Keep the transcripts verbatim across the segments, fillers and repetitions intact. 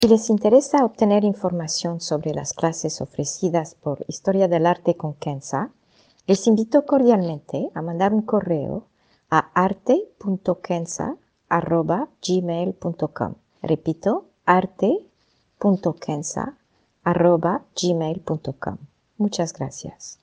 Si les interesa obtener información sobre las clases ofrecidas por Historia del Arte con Kenza, les invito cordialmente a mandar un correo a arte punto kenza arroba gmail punto com. Repito, arte punto kenza arroba gmail punto com. Muchas gracias.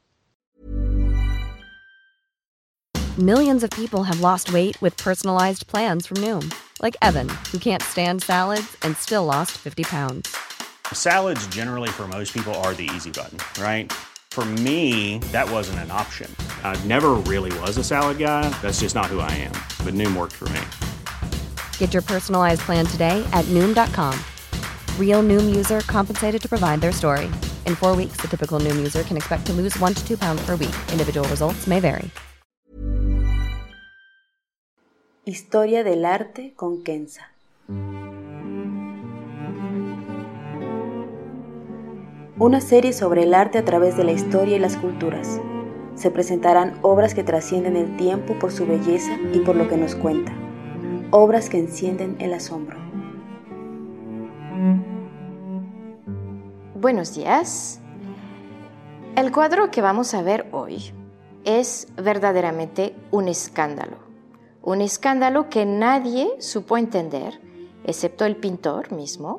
Millions of people have lost weight with personalized plans from Noom. Like Evan, who can't stand salads and still lost fifty pounds. Salads generally for most people are the easy button, right? For me, that wasn't an option. I never really was a salad guy. That's just not who I am. But Noom worked for me. Get your personalized plan today at Noom dot com. Real Noom user compensated to provide their story. In four weeks, the typical Noom user can expect to lose one to two pounds per week. Individual results may vary. Historia del Arte con Kenza. Una serie sobre el arte a través de la historia y las culturas. Se presentarán obras que trascienden el tiempo por su belleza y por lo que nos cuenta. Obras que encienden el asombro. Buenos días. El cuadro que vamos a ver hoy es verdaderamente un escándalo. Un escándalo que nadie supo entender, excepto el pintor mismo,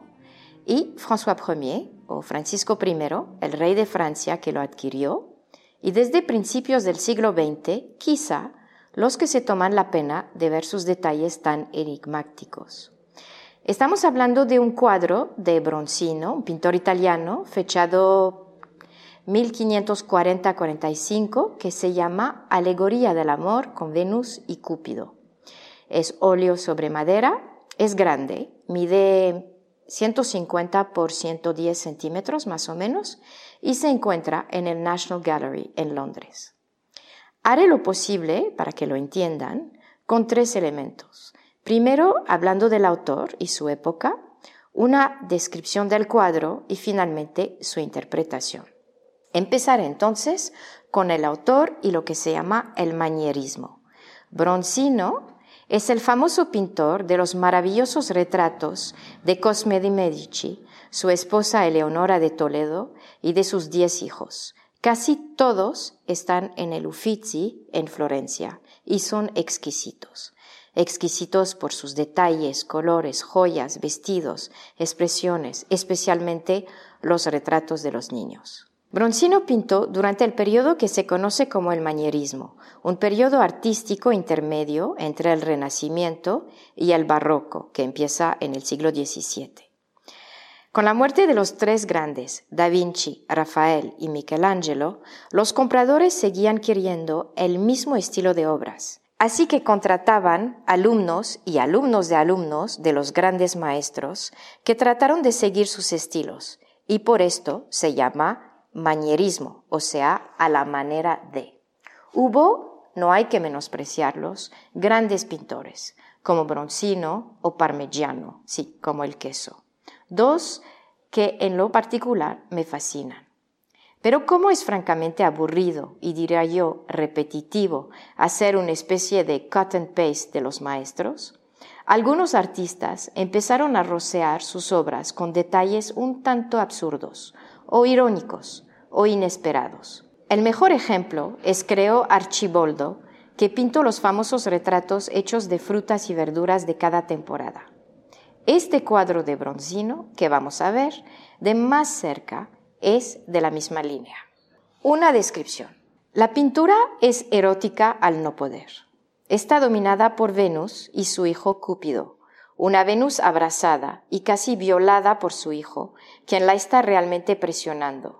y François Ier, o Francisco primero, el rey de Francia que lo adquirió, y desde principios del siglo veinte, quizá, los que se toman la pena de ver sus detalles tan enigmáticos. Estamos hablando de un cuadro de Bronzino, un pintor italiano, fechado mil quinientos cuarenta a cuarenta y cinco, que se llama Alegoría del amor con Venus y Cúpido. Es óleo sobre madera, es grande, mide ciento cincuenta por ciento diez centímetros más o menos y se encuentra en el National Gallery en Londres. Haré lo posible, para que lo entiendan, con tres elementos. Primero, hablando del autor y su época, una descripción del cuadro y finalmente su interpretación. Empezaré entonces con el autor y lo que se llama el manierismo. Bronzino es el famoso pintor de los maravillosos retratos de Cosme de Medici, su esposa Eleonora de Toledo y de sus diez hijos. Casi todos están en el Uffizi, en Florencia, y son exquisitos. Exquisitos por sus detalles, colores, joyas, vestidos, expresiones, especialmente los retratos de los niños. Bronzino pintó durante el periodo que se conoce como el manierismo, un periodo artístico intermedio entre el Renacimiento y el Barroco, que empieza en el siglo diecisiete. Con la muerte de los tres grandes, Da Vinci, Rafael y Michelangelo, los compradores seguían queriendo el mismo estilo de obras, así que contrataban alumnos y alumnos de alumnos de los grandes maestros que trataron de seguir sus estilos, y por esto se llama manierismo, o sea, a la manera de. Hubo, no hay que menospreciarlos, grandes pintores, como Bronzino o Parmigiano, sí, como el queso. Dos que en lo particular me fascinan. Pero como es francamente aburrido y diría yo repetitivo hacer una especie de cut and paste de los maestros, algunos artistas empezaron a rocear sus obras con detalles un tanto absurdos o irónicos o inesperados. El mejor ejemplo es, creo, Archiboldo, que pintó los famosos retratos hechos de frutas y verduras de cada temporada. Este cuadro de Bronzino, que vamos a ver de más cerca, es de la misma línea. Una descripción. La pintura es erótica al no poder. Está dominada por Venus y su hijo Cúpido, una Venus abrazada y casi violada por su hijo, quien la está realmente presionando.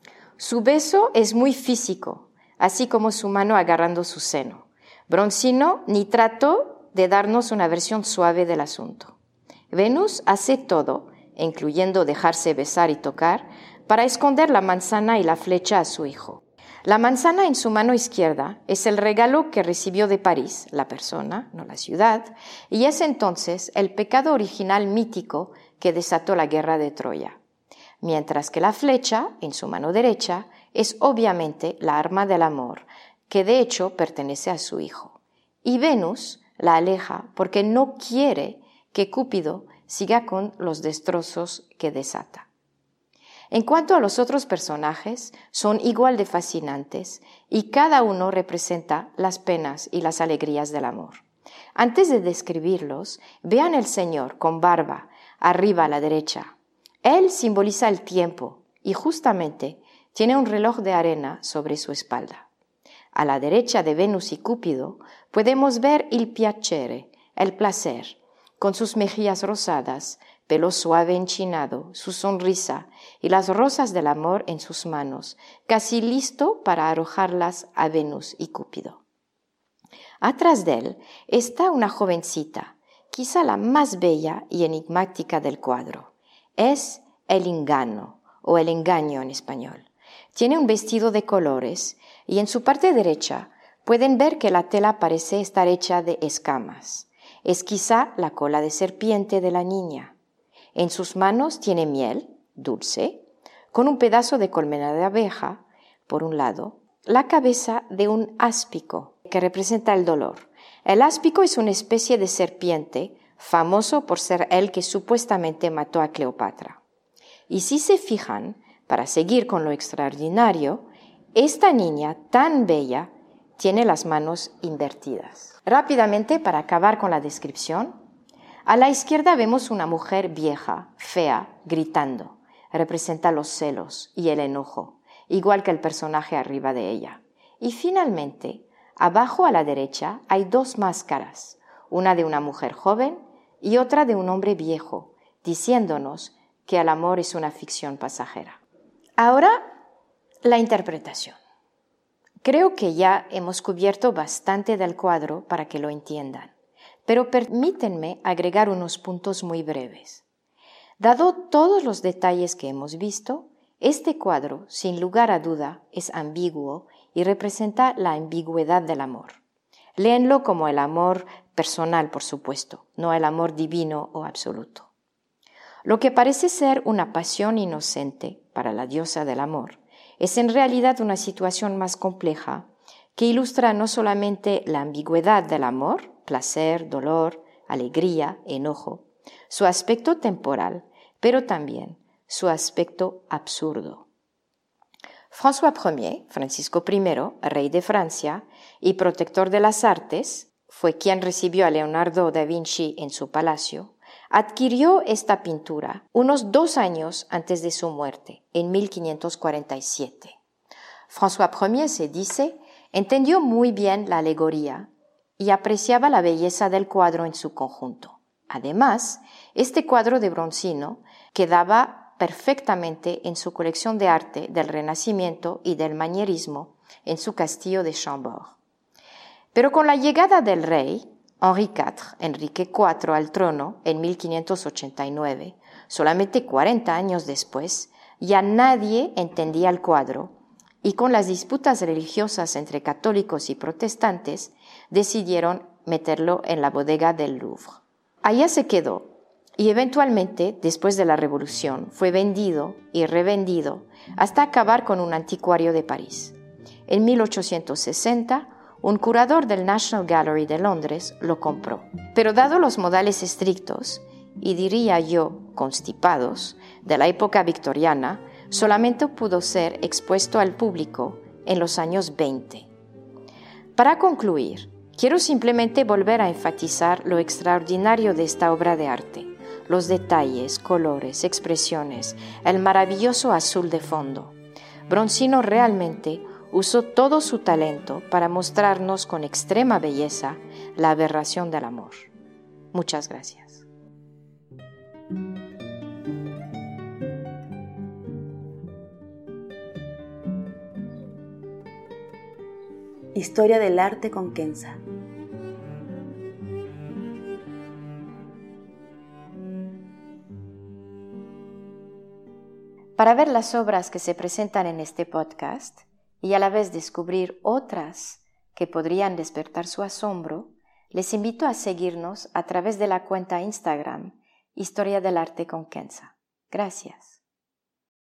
Su beso es muy físico, así como su mano agarrando su seno. Bronzino ni trató de darnos una versión suave del asunto. Venus hace todo, incluyendo dejarse besar y tocar, para esconder la manzana y la flecha a su hijo. La manzana en su mano izquierda es el regalo que recibió de París, la persona, no la ciudad, y es entonces el pecado original mítico que desató la guerra de Troya. Mientras que la flecha, en su mano derecha, es obviamente la arma del amor, que de hecho pertenece a su hijo. Y Venus la aleja porque no quiere que Cúpido siga con los destrozos que desata. En cuanto a los otros personajes, son igual de fascinantes y cada uno representa las penas y las alegrías del amor. Antes de describirlos, vean el Señor con barba, arriba a la derecha. Él simboliza el tiempo y justamente tiene un reloj de arena sobre su espalda. A la derecha de Venus y Cúpido podemos ver il piacere, el placer, con sus mejillas rosadas, pelo suave enchinado, su sonrisa y las rosas del amor en sus manos, casi listo para arrojarlas a Venus y Cúpido. Atrás de él está una jovencita, quizá la más bella y enigmática del cuadro. Es el Inganno, o el engaño en español. Tiene un vestido de colores y en su parte derecha pueden ver que la tela parece estar hecha de escamas. Es quizá la cola de serpiente de la niña. En sus manos tiene miel, dulce, con un pedazo de colmena de abeja, por un lado, la cabeza de un áspico, que representa el dolor. El áspico es una especie de serpiente, famoso por ser el que supuestamente mató a Cleopatra. Y si se fijan, para seguir con lo extraordinario, esta niña tan bella tiene las manos invertidas. Rápidamente, para acabar con la descripción, a la izquierda vemos una mujer vieja, fea, gritando. Representa los celos y el enojo, igual que el personaje arriba de ella. Y finalmente, abajo a la derecha hay dos máscaras, una de una mujer joven y otra de un hombre viejo, diciéndonos que el amor es una ficción pasajera. Ahora, la interpretación. Creo que ya hemos cubierto bastante del cuadro para que lo entiendan, pero permítanme agregar unos puntos muy breves. Dado todos los detalles que hemos visto, este cuadro, sin lugar a duda, es ambiguo y representa la ambigüedad del amor. Léenlo como el amor personal, por supuesto, no el amor divino o absoluto. Lo que parece ser una pasión inocente para la diosa del amor es en realidad una situación más compleja que ilustra no solamente la ambigüedad del amor, placer, dolor, alegría, enojo, su aspecto temporal, pero también su aspecto absurdo. François I, Francisco I, rey de Francia y protector de las artes, fue quien recibió a Leonardo da Vinci en su palacio. Adquirió esta pintura unos dos años antes de su muerte, en mil quinientos cuarenta y siete. François I, se dice, entendió muy bien la alegoría y apreciaba la belleza del cuadro en su conjunto. Además, este cuadro de Bronzino quedaba perfectamente en su colección de arte del Renacimiento y del Manierismo en su castillo de Chambord. Pero con la llegada del rey, Henri cuatro, Enrique cuatro, al trono en mil quinientos ochenta y nueve, solamente cuarenta años después, ya nadie entendía el cuadro y con las disputas religiosas entre católicos y protestantes decidieron meterlo en la bodega del Louvre. Allá se quedó y eventualmente, después de la Revolución, fue vendido y revendido hasta acabar con un anticuario de París. En mil ochocientos sesenta, un curador del National Gallery de Londres lo compró. Pero dado los modales estrictos, y diría yo constipados, de la época victoriana, solamente pudo ser expuesto al público en los años veinte. Para concluir, quiero simplemente volver a enfatizar lo extraordinario de esta obra de arte, los detalles, colores, expresiones, el maravilloso azul de fondo. Bronzino realmente usó todo su talento para mostrarnos con extrema belleza la aberración del amor. Muchas gracias. Historia del arte con Kenza. Para ver las obras que se presentan en este podcast y a la vez descubrir otras que podrían despertar su asombro, les invito a seguirnos a través de la cuenta Instagram Historia del Arte con Kenza. Gracias.